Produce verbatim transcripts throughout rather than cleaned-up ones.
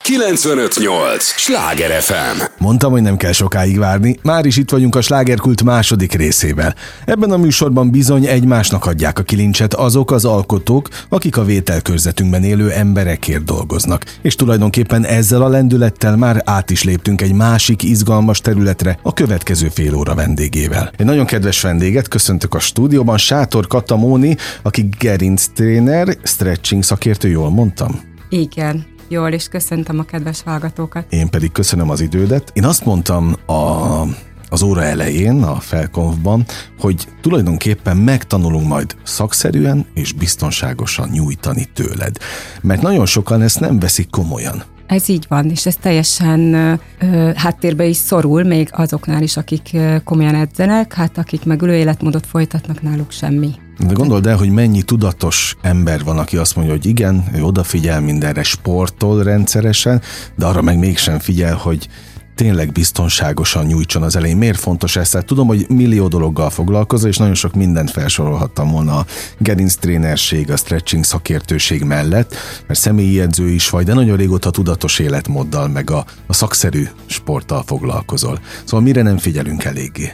kilencvenöt nyolc Sláger ef em. Mondtam, hogy nem kell sokáig várni, már is itt vagyunk a Slágerkult második részével. Ebben a műsorban bizony egymásnak adják a kilincset azok az alkotók, akik a vételkörzetünkben élő emberekért dolgoznak. És tulajdonképpen ezzel a lendülettel már át is léptünk egy másik izgalmas területre a következő fél óra vendégével. Egy nagyon kedves vendéget köszöntök a stúdióban, Sátor Kata Móni, aki gerinctréner, stretching szakértő, jól mondtam? Igen. Jól, és köszöntöm a kedves hallgatókat. Én pedig köszönöm az idődet. Én azt mondtam a, az óra elején, a felkonfban, hogy tulajdonképpen megtanulunk majd szakszerűen és biztonságosan nyújtani tőled. Mert nagyon sokan ezt nem veszik komolyan. Ez így van, és ez teljesen ö, háttérbe is szorul, még azoknál is, akik ö, komolyan edzenek, hát akik meg ülő életmódot folytatnak, náluk semmi. De gondold el, hogy mennyi tudatos ember van, aki azt mondja, hogy igen, ő odafigyel mindenre, sportol rendszeresen, de arra meg mégsem figyel, hogy tényleg biztonságosan nyújtson az elején. Miért fontos ez? Tehát tudom, hogy millió dologgal foglalkozol, és nagyon sok mindent felsorolhattam volna a gerinctrénerség, a stretching szakértőség mellett, mert személyi edző is vagy, de nagyon régóta tudatos életmóddal, meg a, a szakszerű sporttal foglalkozol. Szóval mire nem figyelünk eléggé?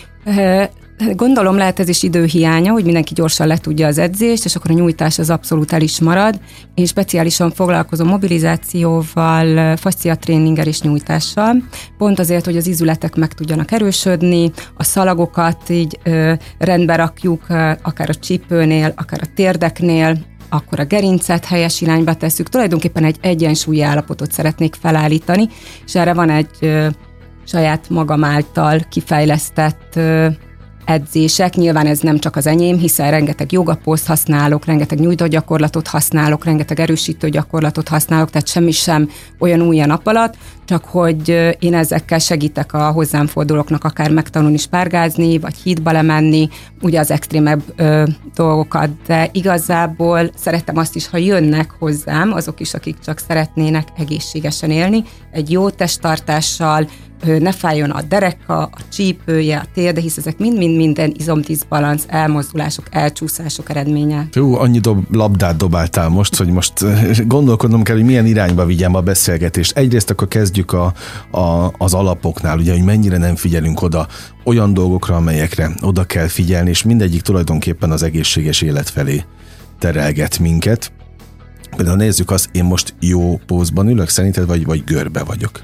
Gondolom lehet ez is időhiánya, hogy mindenki gyorsan letudja az edzést, és akkor a nyújtás az abszolút el is marad. Én speciálisan foglalkozom mobilizációval, fasciatréninggel és nyújtással, pont azért, hogy az izületek meg tudjanak erősödni, a szalagokat így ö, rendbe rakjuk, akár a csípőnél, akár a térdeknél, akkor a gerincet helyes irányba tesszük. Tulajdonképpen egy egyensúlyi állapotot szeretnék felállítani, és erre van egy ö, saját magam által kifejlesztett ö, edzések. Nyilván ez nem csak az enyém, hiszen rengeteg jogapózt használok, rengeteg nyújtó gyakorlatot használok, rengeteg erősítő gyakorlatot használok, tehát semmi sem olyan új a nap alatt, csak hogy én ezekkel segítek a hozzám fordulóknak akár megtanulni spárgázni, vagy hídba lemenni, ugye az extrémebb ö, dolgokat, de igazából szeretem azt is, ha jönnek hozzám, azok is, akik csak szeretnének egészségesen élni, egy jó testtartással, ne fájjon a dereka, a csípője, a térde, hisz ezek mind-mind minden izomdiszbalansz, elmozdulások, elcsúszások eredménye. Jó, annyi dob, labdát dobáltál most, hogy most gondolkodnom kell, hogy milyen irányba vigyem a beszélgetést. Egyrészt akkor kezdjük a, a, az alapoknál, ugye, hogy mennyire nem figyelünk oda olyan dolgokra, amelyekre oda kell figyelni, és mindegyik tulajdonképpen az egészséges élet felé terelget minket. Például nézzük azt, én most jó pózban ülök, szerinted, vagy, vagy görbe vagyok?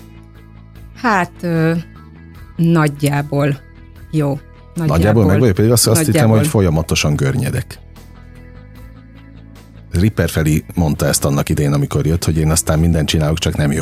Hát ö, nagyjából jó. Nagyjából, nagyjából meg vagy? Pedig azt, azt hittem, hogy folyamatosan görnyedek. Ripper Feli mondta ezt annak idején, amikor jött, hogy én aztán mindent csinálok, csak nem jó.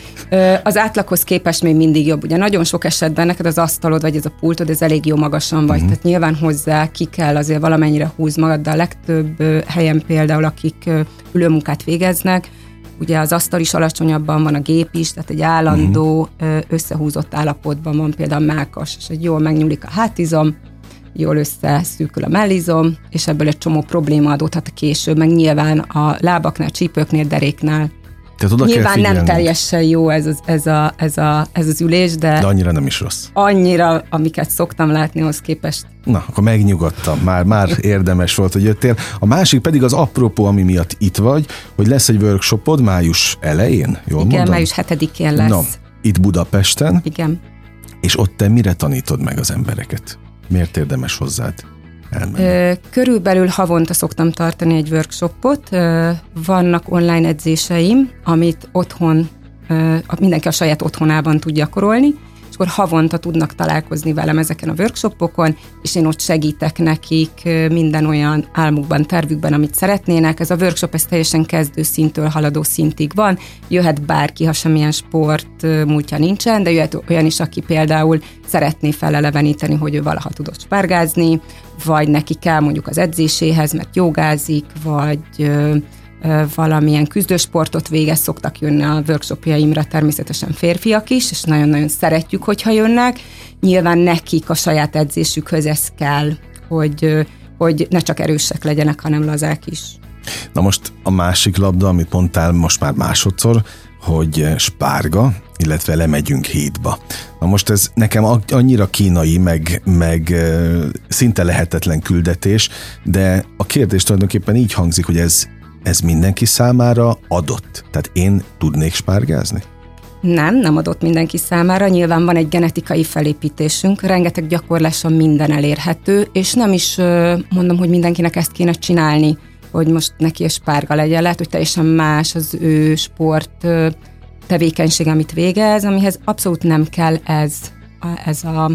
Ö, az átlaghoz képest még mindig jobb. Ugye nagyon sok esetben neked az asztalod, vagy ez a pultod, ez elég jó magasan vagy. Uh-huh. Tehát nyilván hozzá ki kell azért valamennyire húz magad, de a legtöbb ö, helyen például, akik ö, ülőmunkát végeznek, ugye az asztal is alacsonyabban van, a gép is, tehát egy állandó uh-huh. összehúzott állapotban van például a mellkas, és egy jól megnyúlik a hátizom, jól összeszűkül a mellizom, és ebből egy csomó probléma adódhat később, meg nyilván a lábaknál, csípőknél, deréknál. Nyilván nem teljesen jó ez az, ez, a, ez, a, ez az ülés, de... De annyira nem is rossz. Annyira, amiket szoktam látni, ahhoz képest. Na, akkor megnyugodtam, már, már érdemes volt, hogy jöttél. A másik pedig az apropó, ami miatt itt vagy, hogy lesz egy workshopod május elején, jól Igen, mondom? május hetedikén lesz. Na, itt Budapesten. Igen. És ott te mire tanítod meg az embereket? Miért érdemes hozzád elmenni? Körülbelül havonta szoktam tartani egy workshopot, vannak online edzéseim, amit otthon, mindenki a saját otthonában tud gyakorolni, és akkor havonta tudnak találkozni velem ezeken a workshopokon, és én ott segítek nekik minden olyan álmukban, tervükben, amit szeretnének. Ez a workshop ez teljesen kezdő szinttől haladó szintig van, jöhet bárki, ha semmilyen sport múltja nincsen, de jöhet olyan is, aki például szeretné feleleveníteni, hogy ő valaha tudott spárgázni, vagy neki kell mondjuk az edzéséhez, mert jogázik, vagy ö, ö, valamilyen küzdősportot végez, szoktak jönni a workshopjaimra természetesen férfiak is, és nagyon-nagyon szeretjük, hogyha jönnek. Nyilván nekik a saját edzésükhöz ez kell, hogy, ö, hogy ne csak erősek legyenek, hanem lazák is. Na most a másik labda, amit mondtál most már másodszor, hogy spárga, illetve lemegyünk hídba. Na most ez nekem annyira kínai, meg, meg szinte lehetetlen küldetés, de a kérdés tulajdonképpen így hangzik, hogy ez ez mindenki számára adott? Tehát én tudnék spárgázni? Nem, nem adott mindenki számára. Nyilván van egy genetikai felépítésünk, rengeteg gyakorláson minden elérhető, és nem is mondom, hogy mindenkinek ezt kéne csinálni, hogy most neki a spárga legyen. Lehet, hogy teljesen más az ő sport tevékenység, amit végez, amihez abszolút nem kell ez, ez a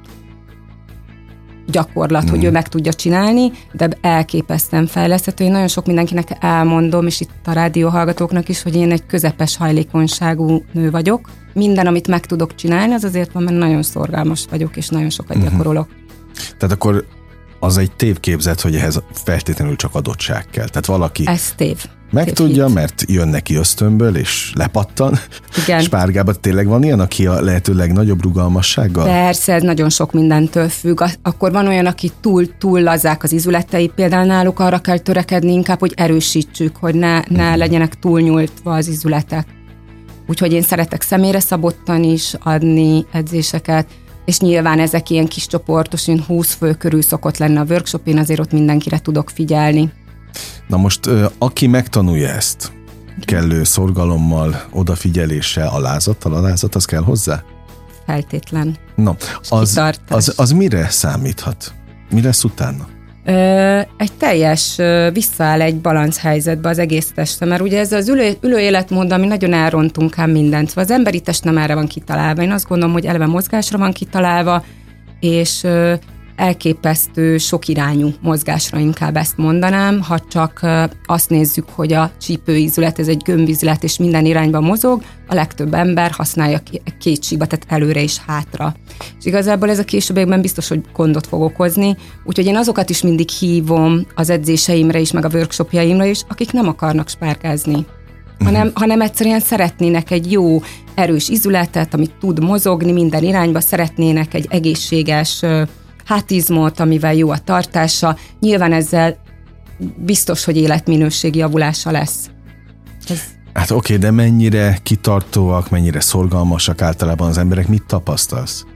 gyakorlat, mm. hogy ő meg tudja csinálni, de elképesztően fejleszthető. Én nagyon sok mindenkinek elmondom, és itt a rádióhallgatóknak is, hogy én egy közepes hajlékonyságú nő vagyok. Minden, amit meg tudok csinálni, az azért van, mert nagyon szorgalmas vagyok, és nagyon sokat mm-hmm. gyakorolok. Tehát akkor az egy tévképzet, hogy ehhez feltétlenül csak adottság kell. Tehát valaki ez tév. meg tudja, mert jön neki ösztönből, és lepattan. Igen. Spárgában tényleg van ilyen, aki a lehető legnagyobb rugalmassággal? Persze, ez nagyon sok mindentől függ. Akkor van olyan, aki túl, túl lazák az izületei, például náluk arra kell törekedni inkább, hogy erősítsük, hogy ne, ne hmm. legyenek túlnyúltva az izületek. Úgyhogy én szeretek személyre szabottan is adni edzéseket, és nyilván ezek ilyen kis csoportos, én húsz fő körül szokott lenni a workshop, én azért ott mindenkire tudok figyelni. Na most, aki megtanulja ezt, kellő szorgalommal, odafigyeléssel, alázattal, alázat, az kell hozzá? Feltétlen. Na, az, az, az mire számíthat? Mi lesz utána? Ö, egy teljes, ö, visszaáll egy balansz helyzetbe az egész testre, mert ugye ez az ülő, ülő életmód, ami nagyon elrontunk ám mindent. Szóval az emberi test nem erre van kitalálva. Én azt gondolom, hogy eleve mozgásra van kitalálva, és ö, elképesztő sok irányú mozgásra, inkább ezt mondanám, ha csak azt nézzük, hogy a csípőizület, ez egy gömbizület, és minden irányba mozog, a legtöbb ember használja két síkba, tehát előre és hátra. És igazából ez a későbbiekben biztos, hogy gondot fog okozni, úgyhogy én azokat is mindig hívom az edzéseimre is, meg a workshopjaimra is, akik nem akarnak spárgázni, uh-huh. hanem, hanem egyszerűen szeretnének egy jó, erős izületet, amit tud mozogni minden irányba, szeretnének egy egészséges hátizmot, amivel jó a tartása. Nyilván ezzel biztos, hogy életminőség javulása lesz. Ez... Hát oké, okay, de mennyire kitartóak, mennyire szorgalmasak általában az emberek, mit tapasztalsz?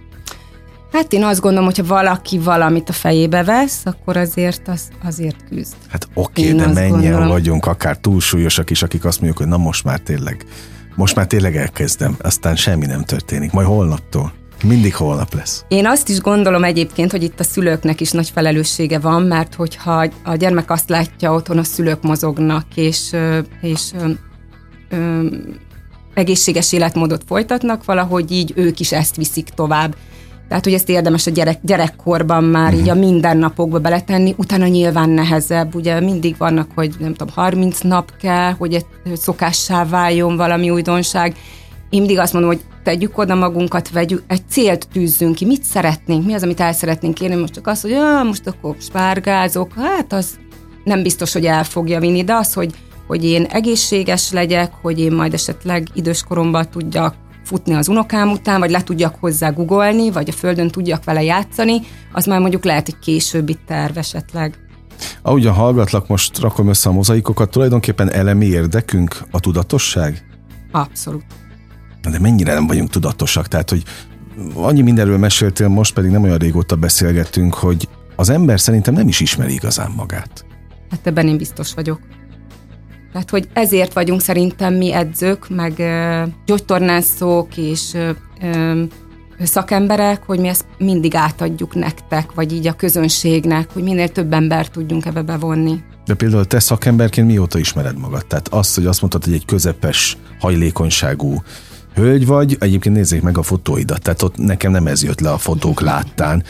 Hát én azt gondolom, hogyha valaki valamit a fejébe vesz, akkor azért az, azért küzd. Hát oké, okay, de mennyien gondolom. Vagyunk akár túlsúlyosak is, akik azt mondjuk, hogy na most már tényleg, most már tényleg elkezdem, aztán semmi nem történik, majd holnaptól. Mindig holnap lesz. Én azt is gondolom egyébként, hogy itt a szülőknek is nagy felelőssége van, mert hogyha a gyermek azt látja, otthon a szülők mozognak, és, és ö, ö, egészséges életmódot folytatnak, valahogy így ők is ezt viszik tovább. Tehát, hogy ezt érdemes a gyerek, gyerekkorban már uh-huh. így a mindennapokba beletenni, utána nyilván nehezebb. Ugye mindig vannak, hogy nem tudom, harminc nap kell, hogy szokássá váljon valami újdonság. Én mindig azt mondom, hogy tegyük oda magunkat, vegyük, egy célt tűzzünk ki, mit szeretnénk, mi az, amit el szeretnénk érni, most csak az, hogy ah, most akkor spárgázok, hát az nem biztos, hogy el fogja vinni, de az, hogy, hogy én egészséges legyek, hogy én majd esetleg időskoromban tudjak futni az unokám után, vagy le tudjak hozzá googolni, vagy a földön tudjak vele játszani, az már mondjuk lehet egy későbbi terv esetleg. Ahogyan hallgatlak, most rakom össze a mozaikokat, tulajdonképpen elemi érdekünk a tudatosság? Abszolút. De mennyire nem vagyunk tudatosak? Tehát, hogy annyi mindenről meséltél, most pedig nem olyan régóta beszélgettünk, hogy az ember szerintem nem is ismeri igazán magát. Hát ebben én biztos vagyok. Tehát, hogy ezért vagyunk szerintem mi edzők, meg ö, gyógytornászok és ö, ö, szakemberek, hogy mi ezt mindig átadjuk nektek, vagy így a közönségnek, hogy minél több embert tudjunk ebbe bevonni. De például te szakemberként mióta ismered magad? Tehát azt, hogy azt mondtad, hogy egy közepes hajlékonyságú hölgy vagy, egyébként nézzék meg a fotóidat, tehát ott nekem nem ez jött le a fotók láttán.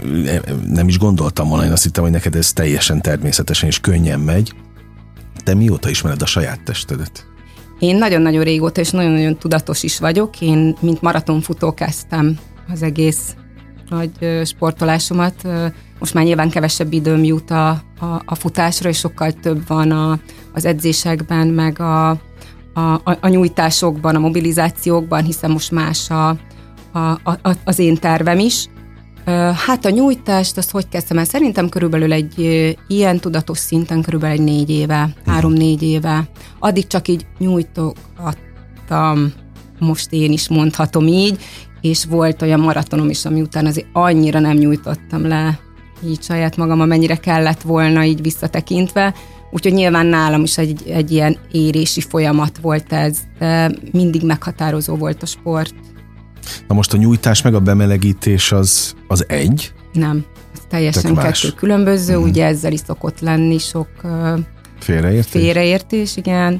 Nem is gondoltam volna, én azt hittem, hogy neked ez teljesen természetesen és könnyen megy. Te mióta ismered a saját testedet? Én nagyon-nagyon régóta és nagyon-nagyon tudatos is vagyok. Én, mint maratonfutó kezdtem az egész nagy sportolásomat. Most már nyilván kevesebb időm jut a, a, a futásra, és sokkal több van a, az edzésekben, meg a, a, a, a nyújtásokban, a mobilizációkban, hiszen most más a, a, a, az én tervem is. Hát a nyújtást, azt hogy kezdtem el? Szerintem körülbelül egy ilyen tudatos szinten körülbelül egy négy éve, három-négy éve. Addig csak így nyújtogattam, most én is mondhatom így, és volt olyan maratonom is, ami után azért annyira nem nyújtottam le így saját magam, amennyire kellett volna így visszatekintve. Úgyhogy nyilván nálam is egy, egy ilyen érési folyamat volt ez, de mindig meghatározó volt a sport. Na most a nyújtás meg a bemelegítés az, az egy? Nem, ez teljesen kettő különböző, uh-huh. ugye ezzel is szokott lenni sok uh, félreértés? félreértés, igen.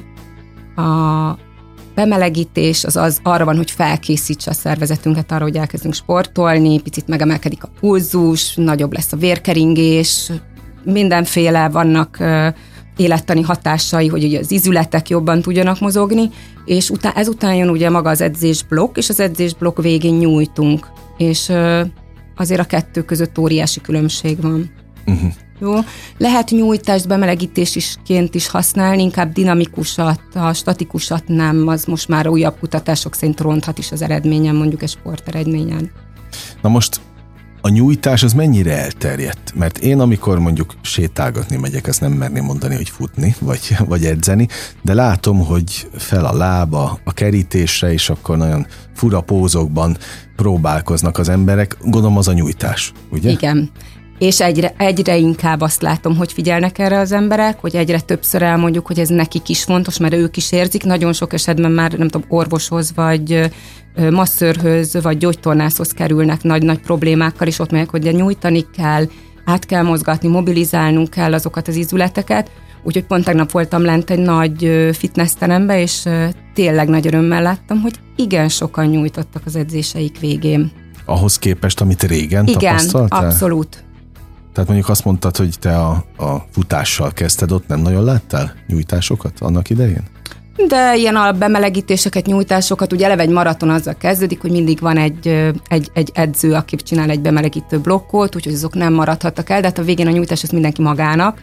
A bemelegítés az, az arra van, hogy felkészítse a szervezetünket arra, hogy elkezdünk sportolni, picit megemelkedik a pulzus, nagyobb lesz a vérkeringés, mindenféle vannak uh, élettani hatásai, hogy ugye az izületek jobban tudjanak mozogni, és után, ezután jön ugye maga az edzésblokk, és az edzésblokk végén nyújtunk, és uh, azért a kettő között óriási különbség van. Uh-huh. Jó. Lehet nyújtást bemelegítésként is használni, inkább dinamikusat, a statikusat nem, az most már újabb kutatások szerint ronthat is az eredményen, mondjuk egy sporteredményen. Na most a nyújtás az mennyire elterjedt? Mert én, amikor mondjuk sétálgatni megyek, ezt nem merném mondani, hogy futni, vagy, vagy edzeni, de látom, hogy fel a lába a kerítésre, és akkor nagyon fura pózokban próbálkoznak az emberek. Gondolom az a nyújtás, ugye? Igen. És egyre, egyre inkább azt látom, hogy figyelnek erre az emberek, hogy egyre többször elmondjuk, hogy ez nekik is fontos, mert ők is érzik. Nagyon sok esetben már, nem tudom, orvoshoz, vagy masszörhöz, vagy gyógytornászhoz kerülnek nagy-nagy problémákkal, és ott megyek, hogy nyújtani kell, át kell mozgatni, mobilizálnunk kell azokat az izületeket. Úgyhogy pont tegnap voltam lent egy nagy fitnessterembe, és tényleg nagy örömmel láttam, hogy igen sokan nyújtottak az edzéseik végén. Ahhoz képest, amit régen igen, tapasztaltál? Igen, abszolút. Tehát mondjuk azt mondtad, hogy te a, a futással kezdted, ott nem nagyon láttál nyújtásokat annak idején? De ilyen a bemelegítéseket, nyújtásokat, ugye eleve egy maraton azzal kezdődik, hogy mindig van egy, egy, egy edző, aki csinál egy bemelegítő blokkot, úgyhogy azok nem maradhattak el, de hát a végén a nyújtás az mindenki magának.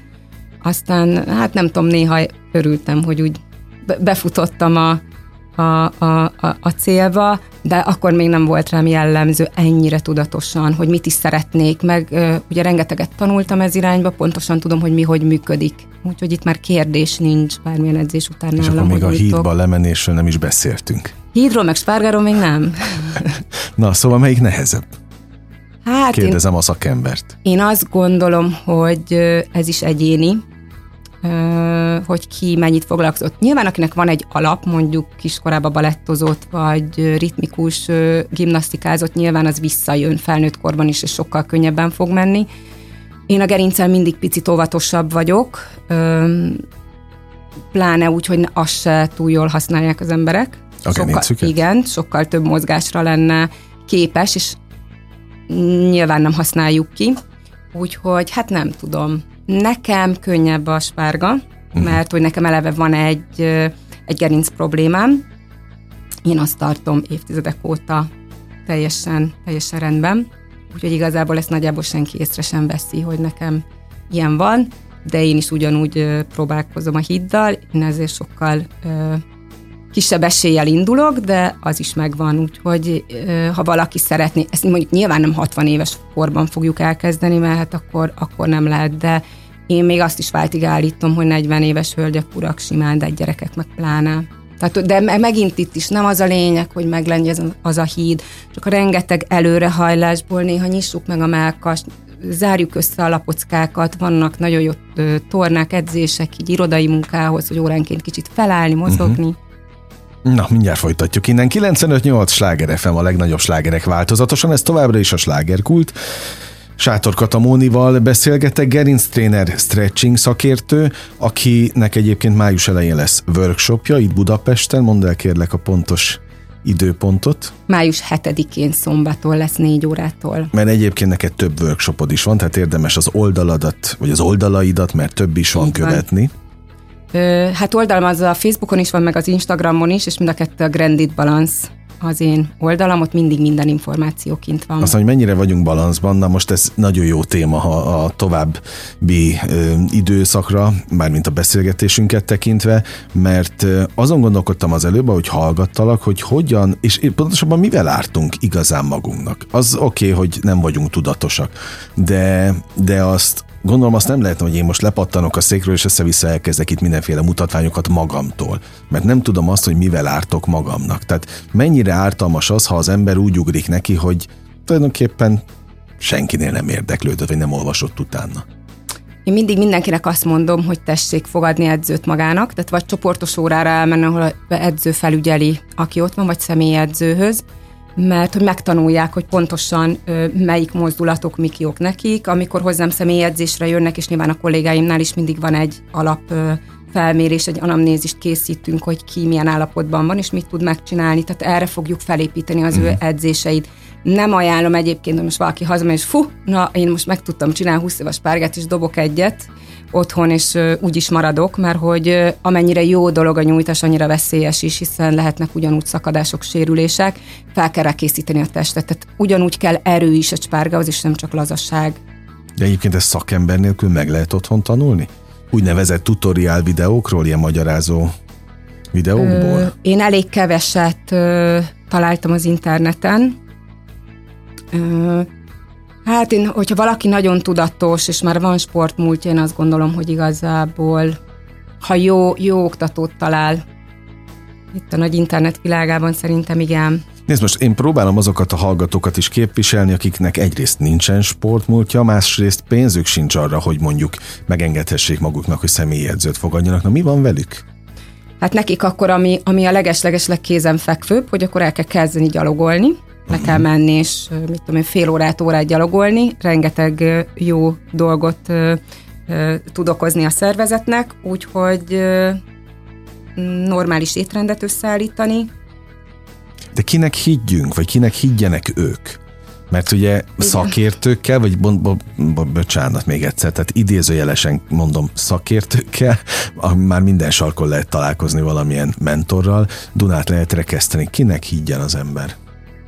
Aztán, hát nem tudom, néha örültem, hogy úgy befutottam a, a, a, a, a célba, de akkor még nem volt rám jellemző ennyire tudatosan, hogy mit is szeretnék, meg ugye rengeteget tanultam ez irányba, pontosan tudom, hogy mi hogy működik. Úgyhogy itt már kérdés nincs bármilyen edzés után nálam. És akkor még a hídba lemenésről nem is beszéltünk. Hídról meg spárgáról még nem. Na, szóval melyik nehezebb? Hát Kérdezem én, a szakembert. Én azt gondolom, hogy ez is egyéni, hogy ki mennyit foglalkozott. Nyilván akinek van egy alap, mondjuk kiskorában balettozott, vagy ritmikus gimnasztikázott, nyilván az visszajön felnőtt korban is, és sokkal könnyebben fog menni. Én a gerincel mindig picit óvatosabb vagyok, pláne úgy, hogy azt se túl jól használják az emberek. A gerincüket? Igen, sokkal több mozgásra lenne képes, és nyilván nem használjuk ki. Úgyhogy hát nem tudom. Nekem könnyebb a spárga, uh-huh. mert hogy nekem eleve van egy, egy gerinc problémám. Én azt tartom évtizedek óta teljesen, teljesen rendben. Úgyhogy igazából ezt nagyjából senki észre sem veszi, hogy nekem ilyen van, de én is ugyanúgy próbálkozom a híddal, én ezért sokkal ö, kisebb eséllyel indulok, de az is megvan, úgyhogy ö, ha valaki szeretné, ezt mondjuk nyilván nem hatvan éves korban fogjuk elkezdeni, mert hát akkor, akkor nem lehet, de én még azt is váltig állítom, hogy negyven éves hölgyek, urak simán, de gyerekek meg pláne. Tehát, de megint itt is nem az a lényeg, hogy meglegyen az a híd, csak a rengeteg előrehajlásból néha nyissuk meg a mellkast, zárjuk össze a lapockákat, vannak nagyon jó tornák, edzések, így irodai munkához, hogy óránként kicsit felállni, mozogni. Uh-huh. Na, mindjárt folytatjuk innen. kilencvenöt nyolc Sláger ef em, a legnagyobb slágerek változatosan, ez továbbra is a slágerkult. Sátor Kata Mónival beszélgetek, gerinctréner, stretching szakértő, akinek egyébként május elején lesz workshopja itt Budapesten. Mondd el kérlek a pontos időpontot. május hetedikén szombaton lesz négy órától. Mert egyébként neked több workshopod is van, tehát érdemes az oldaladat, vagy az oldalaidat, mert több is van, követni. Ö, hát oldalam az a Facebookon is van, meg az Instagramon is, és mind a kettő a Grandit Balance az én oldalam, ott mindig minden információ kint van. Aztán, hogy mennyire vagyunk balanszban, na most ez nagyon jó téma ha a további ö, időszakra, mármint a beszélgetésünket tekintve, mert ö, azon gondolkodtam az előbb, hogy hallgattalak, hogy hogyan, és pontosabban mivel ártunk igazán magunknak. Az oké, okay, hogy nem vagyunk tudatosak, de, de azt gondolom azt nem lehet, hogy én most lepattanok a székről, és össze-vissza elkezdek itt mindenféle mutatványokat magamtól. Mert nem tudom azt, hogy mivel ártok magamnak. Tehát mennyire ártalmas az, ha az ember úgy ugrik neki, hogy tulajdonképpen senkinél nem érdeklődött, vagy nem olvasott utána. Én mindig mindenkinek azt mondom, hogy tessék fogadni edzőt magának, tehát vagy csoportos órára elmenni, ahol edző felügyeli, aki ott van, vagy személyedzőhöz, mert hogy megtanulják, hogy pontosan ö, melyik mozdulatok mik jók nekik. Amikor hozzám személyedzésre jönnek, és nyilván a kollégáimnál is mindig van egy alap ö, felmérés, egy anamnézist készítünk, hogy ki milyen állapotban van, és mit tud megcsinálni. Tehát erre fogjuk felépíteni az ő edzéseit. Nem ajánlom egyébként, hogy most valaki hazamegy, és fú, na én most meg tudtam csinálni húsz éves párgát, és dobok egyet otthon, és uh, úgy is maradok, mert hogy uh, amennyire jó dolog a nyújtás, annyira veszélyes is, hiszen lehetnek ugyanúgy szakadások, sérülések, fel kell rá készíteni a testet. Tehát ugyanúgy kell erő is egy spárgához, és nem csak lazasság. De egyébként ezt szakember nélkül meg lehet otthon tanulni? Úgynevezett tutoriál videókról, ilyen magyarázó videókból? Ö, én elég keveset ö, találtam az interneten. Ö, hát én, hogyha valaki nagyon tudatos, és már van sportmúltja, én azt gondolom, hogy igazából, ha jó, jó oktatót talál itt a nagy internet világában, szerintem igen. Nézd, most én próbálom azokat a hallgatókat is képviselni, akiknek egyrészt nincsen sportmúltja, másrészt pénzük sincs arra, hogy mondjuk megengedhessék maguknak, hogy személyedzőt fogadjanak. Na mi van velük? Hát nekik akkor, ami, ami a leges-leges legkézenfekvőbb, hogy akkor el kell kezdeni gyalogolni, le kell menni, és mit tudom én, fél órát, órát gyalogolni, rengeteg jó dolgot ö, ö, tud okozni a szervezetnek, úgyhogy ö, normális étrendet összeállítani. De kinek higgyünk, vagy kinek higgyenek ők? Mert ugye igen. Szakértőkkel, vagy bo- bo- bo- bocsánat még egyszer, tehát idézőjelesen mondom szakértőkkel, már minden sarkon lehet találkozni valamilyen mentorral, Dunát lehet rekeszteni. Kinek higgyen az ember?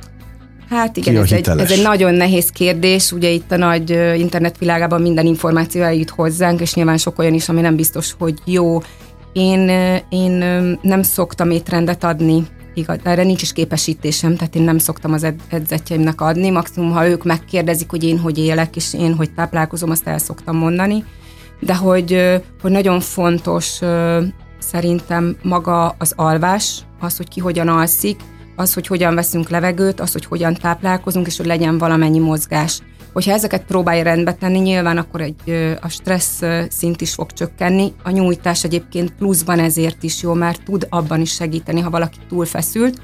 Hát igen, ez egy, ez egy nagyon nehéz kérdés, ugye itt a nagy internetvilágában minden információ eljut hozzánk, és nyilván sok olyan is, ami nem biztos, hogy jó. Én, én nem szoktam étrendet adni, igaz, erre nincs is képesítésem, tehát én nem szoktam az edzetjeimnek adni, maximum, ha ők megkérdezik, hogy én hogy élek, és én hogy táplálkozom, azt el szoktam mondani, de hogy, hogy nagyon fontos szerintem maga az alvás, az, hogy ki hogyan alszik, az, hogy hogyan veszünk levegőt, az, hogy hogyan táplálkozunk, és hogy legyen valamennyi mozgás. Hogyha ezeket próbálja rendbe tenni, nyilván akkor egy, a stressz szint is fog csökkenni. A nyújtás egyébként pluszban ezért is jó, mert tud abban is segíteni, ha valaki túlfeszült.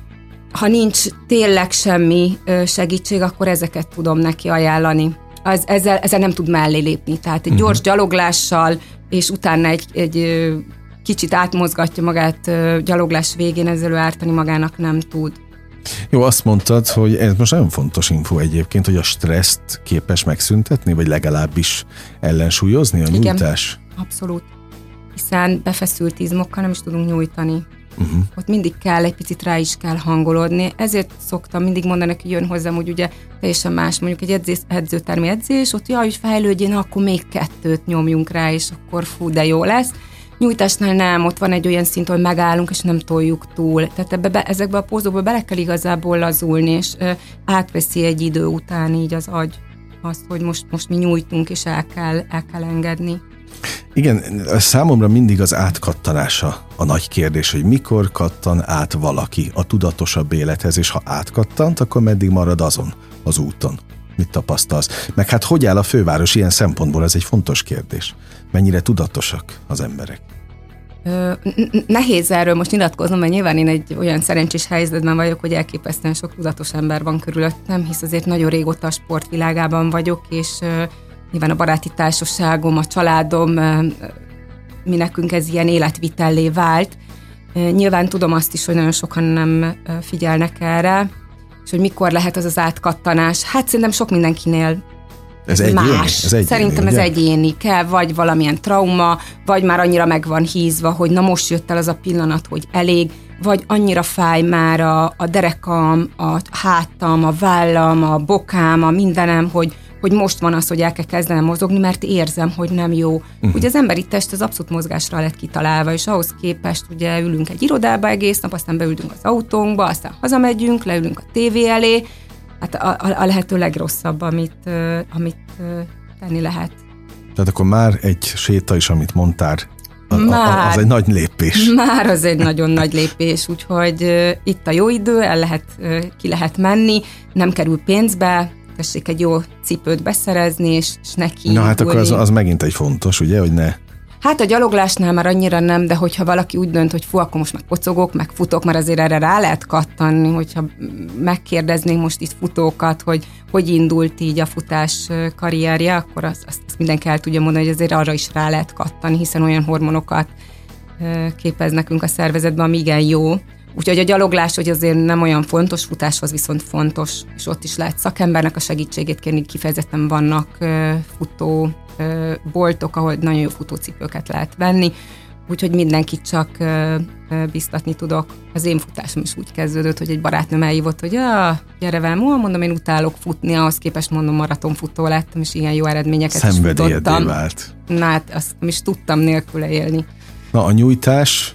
Ha nincs tényleg semmi segítség, akkor ezeket tudom neki ajánlani. Az, ezzel, ezzel nem tud mellé lépni. Tehát egy gyors gyaloglással, és utána egy, egy kicsit átmozgatja magát gyaloglás végén, ezzel ő ártani magának nem tud. Jó, azt mondtad, hogy ez most nagyon fontos info egyébként, hogy a stresszt képes megszüntetni, vagy legalábbis ellensúlyozni a igen, nyújtás? Abszolút. Hiszen befeszült izmokkal nem is tudunk nyújtani. Uh-huh. Ott mindig kell, egy picit rá is kell hangolódni. Ezért szoktam mindig mondani, hogy jön hozzám, hogy ugye teljesen más, mondjuk egy edzés, edzőtermi edzés, ott jaj, hogy fejlődjén, akkor még kettőt nyomjunk rá, és akkor fú, de jó lesz. Nyújtásnál nem, ott van egy olyan szint, hogy megállunk, és nem toljuk túl. Tehát ebbe be, ezekbe a pózokba bele kell igazából lazulni, és ö, átveszi egy idő után így az agy azt, hogy most, most mi nyújtunk, és el kell, el kell engedni. Igen, számomra mindig az átkattanása a nagy kérdés, hogy mikor kattan át valaki a tudatosabb élethez, és ha átkattant, akkor meddig marad azon az úton. Mit tapasztalsz? Meg hát hogy áll a főváros ilyen szempontból? Ez egy fontos kérdés. Mennyire tudatosak az emberek? Ö, nehéz erről most nyilatkoznom, mert nyilván én egy olyan szerencsés helyzetben vagyok, hogy elképesztően sok tudatos ember van körülöttem, hisz azért nagyon régóta a sportvilágában vagyok, és ö, nyilván a baráti társaságom, a családom, ö, mi nekünk ez ilyen életvitellé vált. Ö, nyilván tudom azt is, hogy nagyon sokan nem figyelnek erre, és hogy mikor lehet az az átkattanás. Hát szerintem sok mindenkinél ez egyéni, más. Ez egyéni, szerintem ugye? ez egyéni. Kell, vagy valamilyen trauma, vagy már annyira meg van hízva, hogy na most jött el az a pillanat, hogy elég, vagy annyira fáj már a, a derekam, a hátam, a vállam, a bokám, a mindenem, hogy, hogy most van az, hogy el kell kezdenem mozogni, mert érzem, hogy nem jó. Uh-huh. Ugye az emberi test az abszolút mozgásra lett kitalálva, és ahhoz képest ugye ülünk egy irodába egész nap, aztán beülünk az autónkba, aztán hazamegyünk, leülünk a tévé elé, hát a, a, a lehető legrosszabb, amit, uh, amit uh, tenni lehet. Tehát akkor már egy séta is, amit mondtál, a, már, a, az egy nagy lépés. Már az egy nagyon nagy lépés, úgyhogy uh, itt a jó idő, el lehet, uh, ki lehet menni, nem kerül pénzbe, tessék egy jó cipőt beszerezni, és, és neki Na hát akkor az, az megint egy fontos, ugye, hogy ne... Hát a gyaloglásnál már annyira nem, de hogyha valaki úgy dönt, hogy fú, akkor most meg pocogok, meg futok, mert azért erre rá lehet kattanni, hogyha megkérdeznénk most itt futókat, hogy hogy indult így a futás karrierje, akkor azt, azt mindenki el tudja mondani, hogy azért arra is rá lehet kattani, hiszen olyan hormonokat képez nekünk a szervezetben, ami igen jó. Úgyhogy a gyaloglás, hogy azért nem olyan fontos, futáshoz viszont fontos, és ott is lehet szakembernek a segítségét kérni, kifejezetten vannak futó boltok, ahol nagyon jó futócipőket lehet venni, úgyhogy mindenkit csak biztatni tudok. Az én futásom is úgy kezdődött, hogy egy barátnőm elhívott, hogy ah, gyere velem, mondom, én utálok futni, ahhoz képest mondom, maratonfutó lettem, és ilyen jó eredményeket is futottam. Vált. Na hát azt nem is tudtam nélküle élni. Na a nyújtás,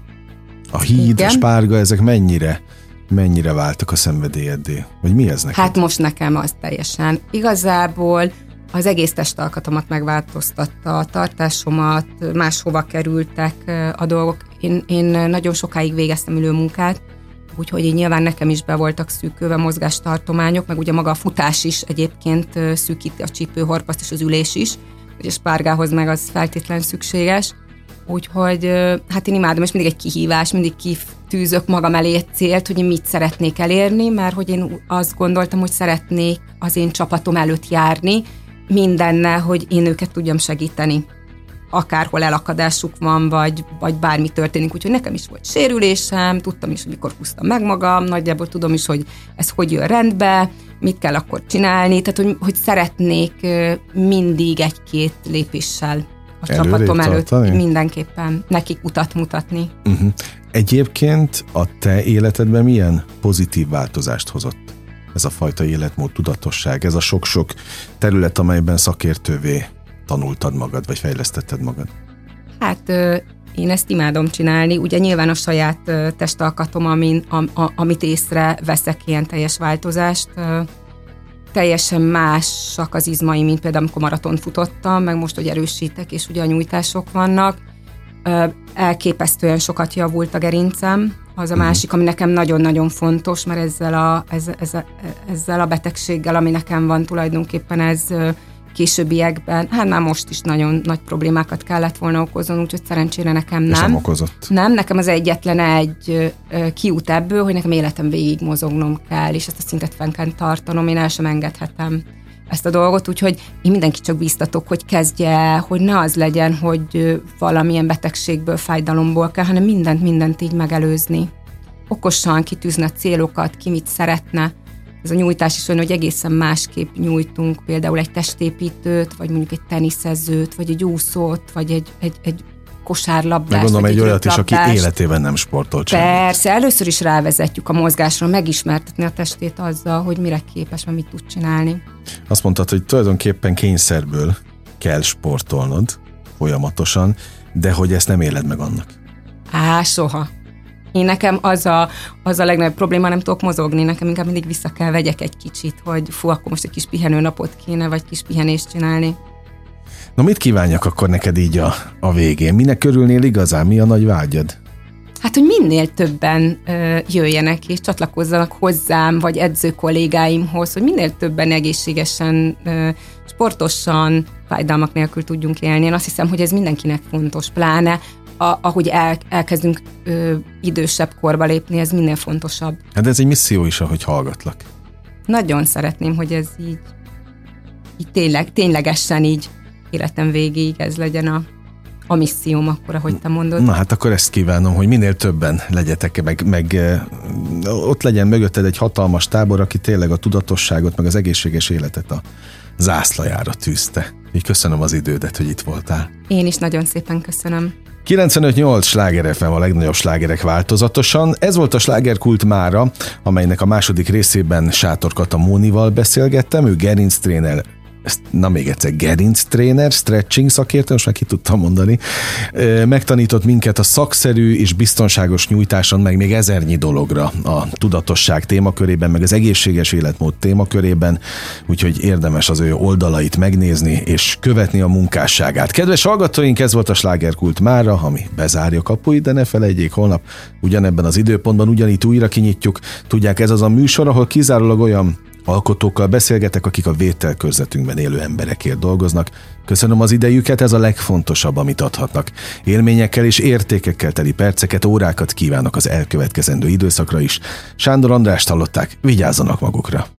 a híd, igen. A spárga, ezek mennyire, mennyire váltak a szenvedélyeddé? Vagy mi ez neked? Hát most nekem az teljesen. Igazából az egész testalkatomat megváltoztatta, a tartásomat, máshova kerültek a dolgok. Én, én nagyon sokáig végeztem ülőmunkát, úgyhogy így nyilván nekem is be voltak szűkülve mozgástartományok, meg ugye maga a futás is egyébként szűkíti a csípőhorpaszt és az ülés is, hogy a spárgához meg az feltétlenül szükséges. Úgyhogy hát én imádom, és mindig egy kihívás, mindig kitűzök magam elé egy célt, hogy én mit szeretnék elérni, mert hogy én azt gondoltam, hogy szeretnék az én csapatom előtt járni, mindennel, hogy én őket tudjam segíteni. Akárhol elakadásuk van, vagy, vagy bármi történik. Úgyhogy nekem is volt sérülésem, tudtam is, hogy mikor húztam meg magam, nagyjából tudom is, hogy ez hogy jön rendbe, mit kell akkor csinálni, tehát hogy, hogy szeretnék mindig egy-két lépéssel a Előrébb csapatom előtt tartani? Mindenképpen nekik utat mutatni. Uh-huh. Egyébként a te életedben milyen pozitív változást hozott ez a fajta életmód, tudatosság, ez a sok-sok terület, amelyben szakértővé tanultad magad, vagy fejlesztetted magad? Hát én ezt imádom csinálni. Ugye nyilván a saját testalkatom, amin, am, a, amit észre veszek ilyen teljes változást, teljesen másak az izmaim, mint például amikor maratont futottam, meg most, hogy erősítek, és ugye a nyújtások vannak. Elképesztően sokat javult a gerincem, az a másik, ami nekem nagyon-nagyon fontos, mert ezzel a, ez, ez a, ezzel a betegséggel, ami nekem van tulajdonképpen, ez későbbiekben, hát már most is nagyon nagy problémákat kellett volna okozni, úgyhogy szerencsére nekem nem. És nem okozott. Nem, nekem az egyetlen egy kiút ebből, hogy nekem életem végig mozognom kell, és ezt a szintet fenn kell tartanom, én el sem engedhetem ezt a dolgot, úgyhogy én mindenkit csak bíztatok, hogy kezdje, hogy ne az legyen, hogy valamilyen betegségből, fájdalomból kell, hanem mindent, mindent így megelőzni. Okosan kitűzni a célokat, ki mit szeretne. Ez a nyújtás is olyan, hogy egészen másképp nyújtunk például egy testépítőt, vagy mondjuk egy teniszezőt, vagy egy úszót, vagy egy, egy, egy kosárlabdást. Meg gondolom egy, egy olyat is, aki labdást. életében nem sportolt semmit. Persze, először is rávezetjük a mozgásra, megismertetni a testét azzal, hogy mire képes, mert mit tud csinálni. Azt mondtad, hogy tulajdonképpen kényszerből kell sportolnod folyamatosan, de hogy ezt nem éled meg annak. Á, soha. Én nekem az a, az a legnagyobb probléma, nem tudok mozogni, nekem inkább mindig vissza kell vegyek egy kicsit, hogy fú, akkor most egy kis pihenőnapot kéne, vagy kis pihenést csinálni. Na mit kívánjak akkor neked így a, a végén? Minek örülnél igazán? Mi a nagy vágyad? Hát, hogy minél többen ö, jöjjenek és csatlakozzanak hozzám, vagy edző kollégáimhoz, hogy minél többen egészségesen, ö, sportosan, fájdalmak nélkül tudjunk élni. Én azt hiszem, hogy ez mindenkinek fontos, pláne A, ahogy el, elkezdünk ö, idősebb korba lépni, ez minél fontosabb. Hát ez egy misszió is, ahogy hallgatlak. Nagyon szeretném, hogy ez így, így tényleg, ténylegesen így életem végéig ez legyen a, a misszióm, akkor, ahogy te mondod. Na hát akkor ezt kívánom, hogy minél többen legyetek, meg, meg ott legyen mögötted egy hatalmas tábor, aki tényleg a tudatosságot, meg az egészséges életet a zászlajára tűzte. Így köszönöm az idődet, hogy itt voltál. Én is nagyon szépen köszönöm. kilencvenöt nyolc Sláger ef em, a legnagyobb slágerek változatosan. Ez volt a Slágerkult mára, amelynek a második részében Sátor Kata Mónival beszélgettem, ő gerinctréner, na még egyszer, gerinctréner, stretching szakértő, most már ki tudtam mondani, megtanított minket a szakszerű és biztonságos nyújtáson, meg még ezernyi dologra a tudatosság témakörében, meg az egészséges életmód témakörében, úgyhogy érdemes az ő oldalait megnézni és követni a munkásságát. Kedves hallgatóink, ez volt a Slágerkult mára, ami bezárja a kapuit, de ne felejtjék, holnap ugyanebben az időpontban ugyanitt újra kinyitjuk. Tudják, ez az a műsor, ahol kizárólag olyan alkotókkal beszélgetek, akik a vételkörzetünkben élő emberekért dolgoznak. Köszönöm az idejüket, ez a legfontosabb, amit adhatnak. Élményekkel és értékekkel teli perceket, órákat kívánok az elkövetkezendő időszakra is. Sándor Andrást hallották, vigyázzanak magukra!